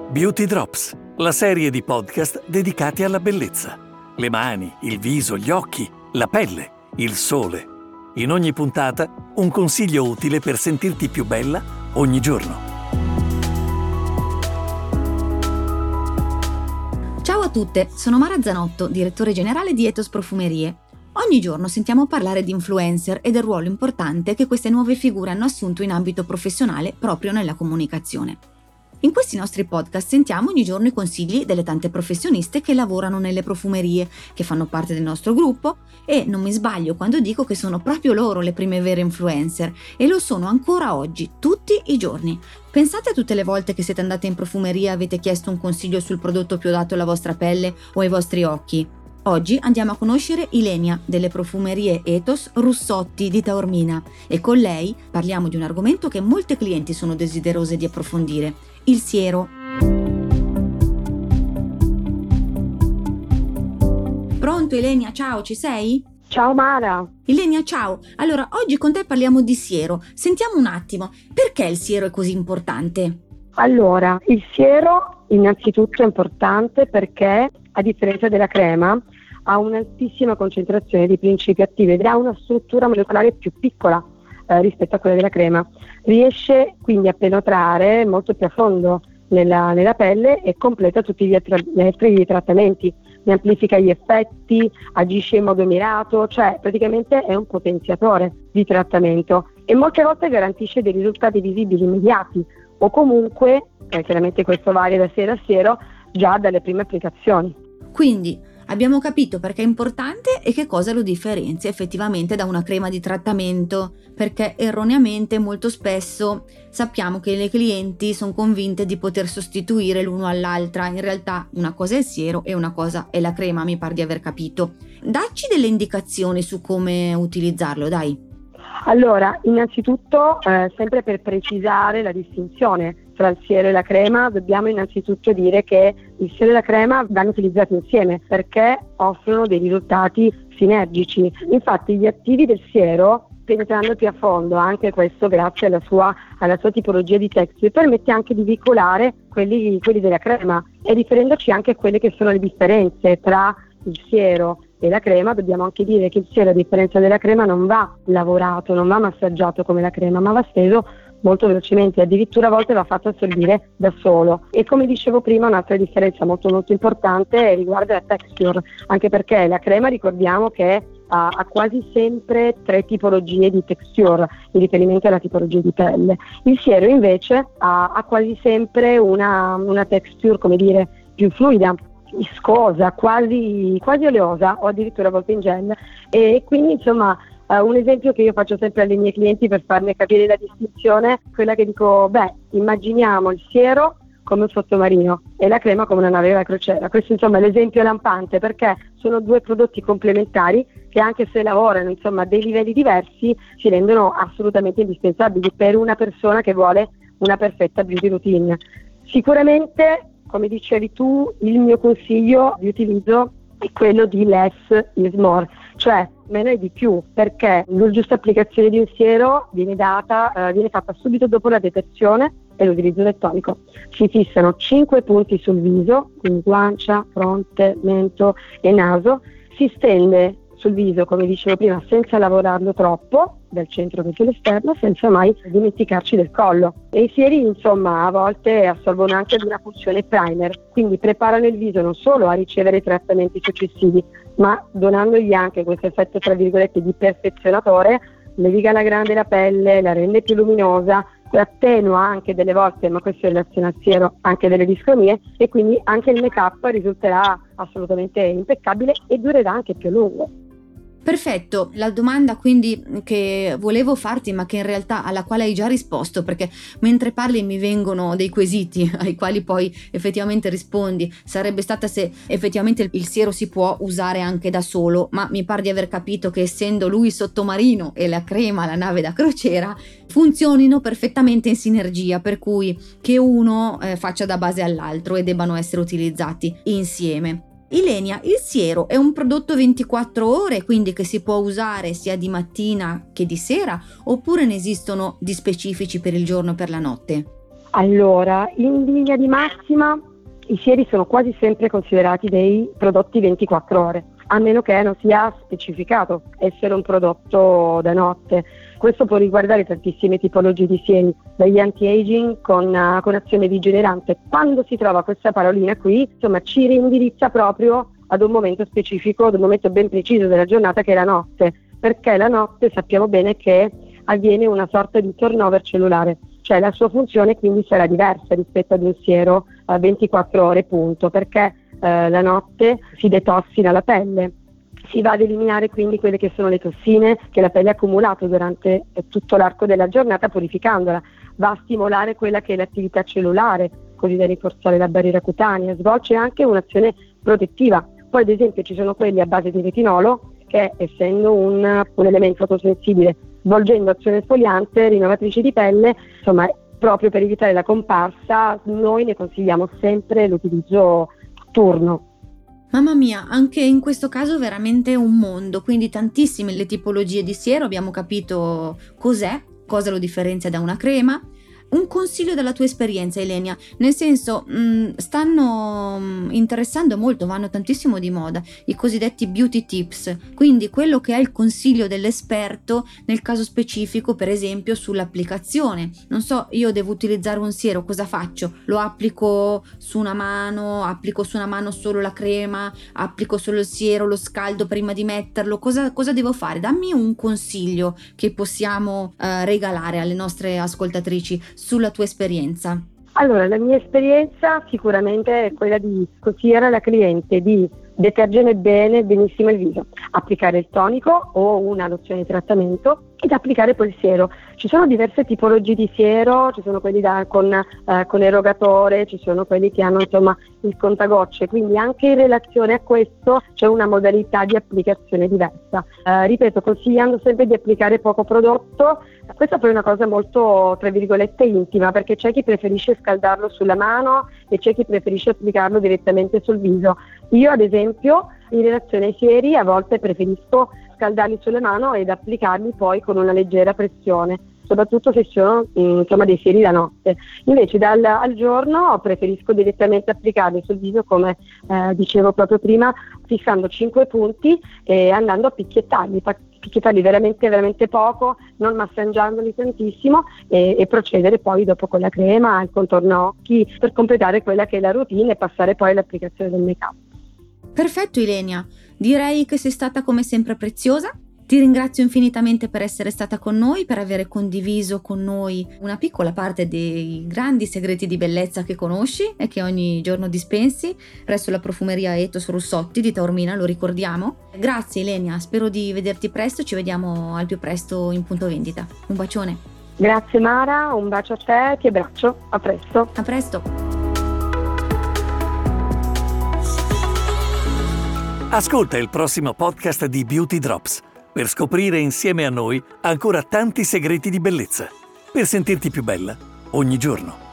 Beauty Drops, la serie di podcast dedicati alla bellezza. Le mani, il viso, gli occhi, la pelle, il sole. In ogni puntata un consiglio utile per sentirti più bella ogni giorno. Ciao a tutte, sono Mara Zanotto, direttore generale di Ethos Profumerie. Ogni giorno sentiamo parlare di influencer e del ruolo importante che queste nuove figure hanno assunto in ambito professionale proprio nella comunicazione. In questi nostri podcast sentiamo ogni giorno i consigli delle tante professioniste che lavorano nelle profumerie, che fanno parte del nostro gruppo, e non mi sbaglio quando dico che sono proprio loro le prime vere influencer, e lo sono ancora oggi, tutti i giorni. Pensate a tutte le volte che siete andate in profumeria e avete chiesto un consiglio sul prodotto più adatto alla vostra pelle o ai vostri occhi. Oggi andiamo a conoscere Ilenia delle profumerie Ethos Russotti di Taormina e con lei parliamo di un argomento che molte clienti sono desiderose di approfondire: il siero. Pronto Ilenia, ciao, ci sei? Ciao Mara. Ilenia, ciao. Allora, oggi con te parliamo di siero. Sentiamo un attimo, perché il siero è così importante? Allora, il siero innanzitutto è importante perché, a differenza della crema, ha un'altissima concentrazione di principi attivi ed ha una struttura molecolare più piccola rispetto a quella della crema. Riesce quindi a penetrare molto più a fondo nella pelle e completa tutti gli altri trattamenti, ne amplifica gli effetti, agisce in modo mirato, cioè praticamente è un potenziatore di trattamento e molte volte garantisce dei risultati visibili immediati o comunque, chiaramente questo varia da siero a siero, già dalle prime applicazioni. Quindi abbiamo capito perché è importante e che cosa lo differenzia effettivamente da una crema di trattamento, perché erroneamente molto spesso sappiamo che le clienti sono convinte di poter sostituire l'uno all'altra. In realtà una cosa è il siero e una cosa è la crema, mi pare di aver capito. Dacci delle indicazioni su come utilizzarlo, dai. Allora, innanzitutto, sempre per precisare la distinzione tra il siero e la crema, dobbiamo innanzitutto dire che il siero e la crema vanno utilizzati insieme perché offrono dei risultati sinergici. Infatti gli attivi del siero, penetrando più a fondo, anche questo grazie alla sua tipologia di texture, permette anche di veicolare quelli della crema, e riferendoci anche a quelle che sono le differenze tra il siero e la crema, dobbiamo anche dire che il siero, a differenza della crema, non va lavorato, non va massaggiato come la crema, ma va steso molto velocemente, addirittura a volte va fatto assorbire da solo. E come dicevo prima, un'altra differenza molto molto importante riguarda la texture, anche perché la crema, ricordiamo che ha quasi sempre 3 tipologie di texture in riferimento alla tipologia di pelle. Il siero invece ha quasi sempre una texture, come dire, più fluida, viscosa, quasi oleosa o addirittura a volte in gel, e quindi insomma un esempio che io faccio sempre alle mie clienti per farne capire la distinzione è quella che dico: immaginiamo il siero come un sottomarino e la crema come una nave da crociera. Questo insomma è l'esempio lampante, perché sono 2 prodotti complementari che, anche se lavorano insomma a dei livelli diversi, si rendono assolutamente indispensabili per una persona che vuole una perfetta beauty routine. Sicuramente, come dicevi tu, il mio consiglio di utilizzo è quello di less is more, cioè meno è di più, perché la giusta applicazione di un siero viene fatta subito dopo la detersione e l'utilizzo del tonico. Si fissano 5 punti sul viso, quindi guancia, fronte, mento e naso, si stende sul viso, come dicevo prima, senza lavorarlo troppo, dal centro verso l'esterno, senza mai dimenticarci del collo. E i sieri insomma a volte assolvono anche ad una funzione primer, quindi preparano il viso non solo a ricevere i trattamenti successivi, ma donandogli anche questo effetto tra virgolette di perfezionatore, leviga alla grande la pelle, la rende più luminosa, attenua anche delle volte, ma questo in relazione al siero, anche delle discromie, e quindi anche il make up risulterà assolutamente impeccabile e durerà anche più a lungo. Perfetto, la domanda quindi che volevo farti, ma che in realtà alla quale hai già risposto, perché mentre parli mi vengono dei quesiti ai quali poi effettivamente rispondi, sarebbe stata se effettivamente il siero si può usare anche da solo, ma mi pare di aver capito che, essendo lui sottomarino e la crema la nave da crociera, funzionino perfettamente in sinergia, per cui che uno faccia da base all'altro e debbano essere utilizzati insieme. Ilenia, il siero è un prodotto 24 ore, quindi che si può usare sia di mattina che di sera, oppure ne esistono di specifici per il giorno e per la notte? Allora, in linea di massima i sieri sono quasi sempre considerati dei prodotti 24 ore, a meno che non sia specificato essere un prodotto da notte. Questo può riguardare tantissime tipologie di sieri, dagli anti-aging con azione rigenerante. Quando si trova questa parolina qui, insomma, ci rindirizza proprio ad un momento specifico, ad un momento ben preciso della giornata, che è la notte, perché la notte sappiamo bene che avviene una sorta di turnover cellulare, cioè la sua funzione quindi sarà diversa rispetto ad un siero 24 ore punto, perché la notte si detossina la pelle, si va ad eliminare quindi quelle che sono le tossine che la pelle ha accumulato durante tutto l'arco della giornata, purificandola, va a stimolare quella che è l'attività cellulare, così da rinforzare la barriera cutanea, svolge anche un'azione protettiva. Poi ad esempio ci sono quelli a base di retinolo che, essendo un elemento fotosensibile, svolgendo azione esfoliante, rinnovatrice di pelle, insomma, proprio per evitare la comparsa, noi ne consigliamo sempre l'utilizzo turno. Mamma mia, anche in questo caso veramente un mondo, quindi tantissime le tipologie di siero, abbiamo capito cos'è, cosa lo differenzia da una crema. Un consiglio dalla tua esperienza, Ilenia, nel senso stanno interessando molto, vanno tantissimo di moda i cosiddetti beauty tips, quindi quello che è il consiglio dell'esperto nel caso specifico, per esempio sull'applicazione. Non so, io devo utilizzare un siero, cosa faccio? Lo applico su una mano solo la crema, applico solo il siero, lo scaldo prima di metterlo, cosa devo fare? Dammi un consiglio che possiamo regalare alle nostre ascoltatrici sulla tua esperienza. Allora, la mia esperienza sicuramente è quella di consigliare alla cliente di detergere benissimo il viso, applicare il tonico o una lozione di trattamento ed applicare poi il siero. Ci sono diverse tipologie di siero, ci sono quelli con erogatore, ci sono quelli che hanno insomma il contagocce, quindi anche in relazione a questo c'è una modalità di applicazione diversa. Ripeto, consigliando sempre di applicare poco prodotto. Questa poi è una cosa molto, tra virgolette, intima, perché c'è chi preferisce scaldarlo sulla mano e c'è chi preferisce applicarlo direttamente sul viso. Io ad esempio in relazione ai sieri a volte preferisco scaldarli sulle mani ed applicarli poi con una leggera pressione, soprattutto se sono insomma dei sieri da notte. Invece al giorno preferisco direttamente applicarli sul viso, come dicevo proprio prima, fissando 5 punti e andando a picchiettarli veramente veramente poco, non massaggiandoli tantissimo e procedere poi dopo con la crema, il contorno occhi, per completare quella che è la routine e passare poi all'applicazione del make-up. Perfetto Ilenia, direi che sei stata come sempre preziosa. Ti ringrazio infinitamente per essere stata con noi, per aver condiviso con noi una piccola parte dei grandi segreti di bellezza che conosci e che ogni giorno dispensi presso la profumeria Ethos Russotti di Taormina, lo ricordiamo. Grazie Ilenia, spero di vederti presto, ci vediamo al più presto in punto vendita. Un bacione. Grazie Mara, un bacio a te, ti abbraccio, a presto. A presto. Ascolta il prossimo podcast di Beauty Drops per scoprire insieme a noi ancora tanti segreti di bellezza, per sentirti più bella ogni giorno.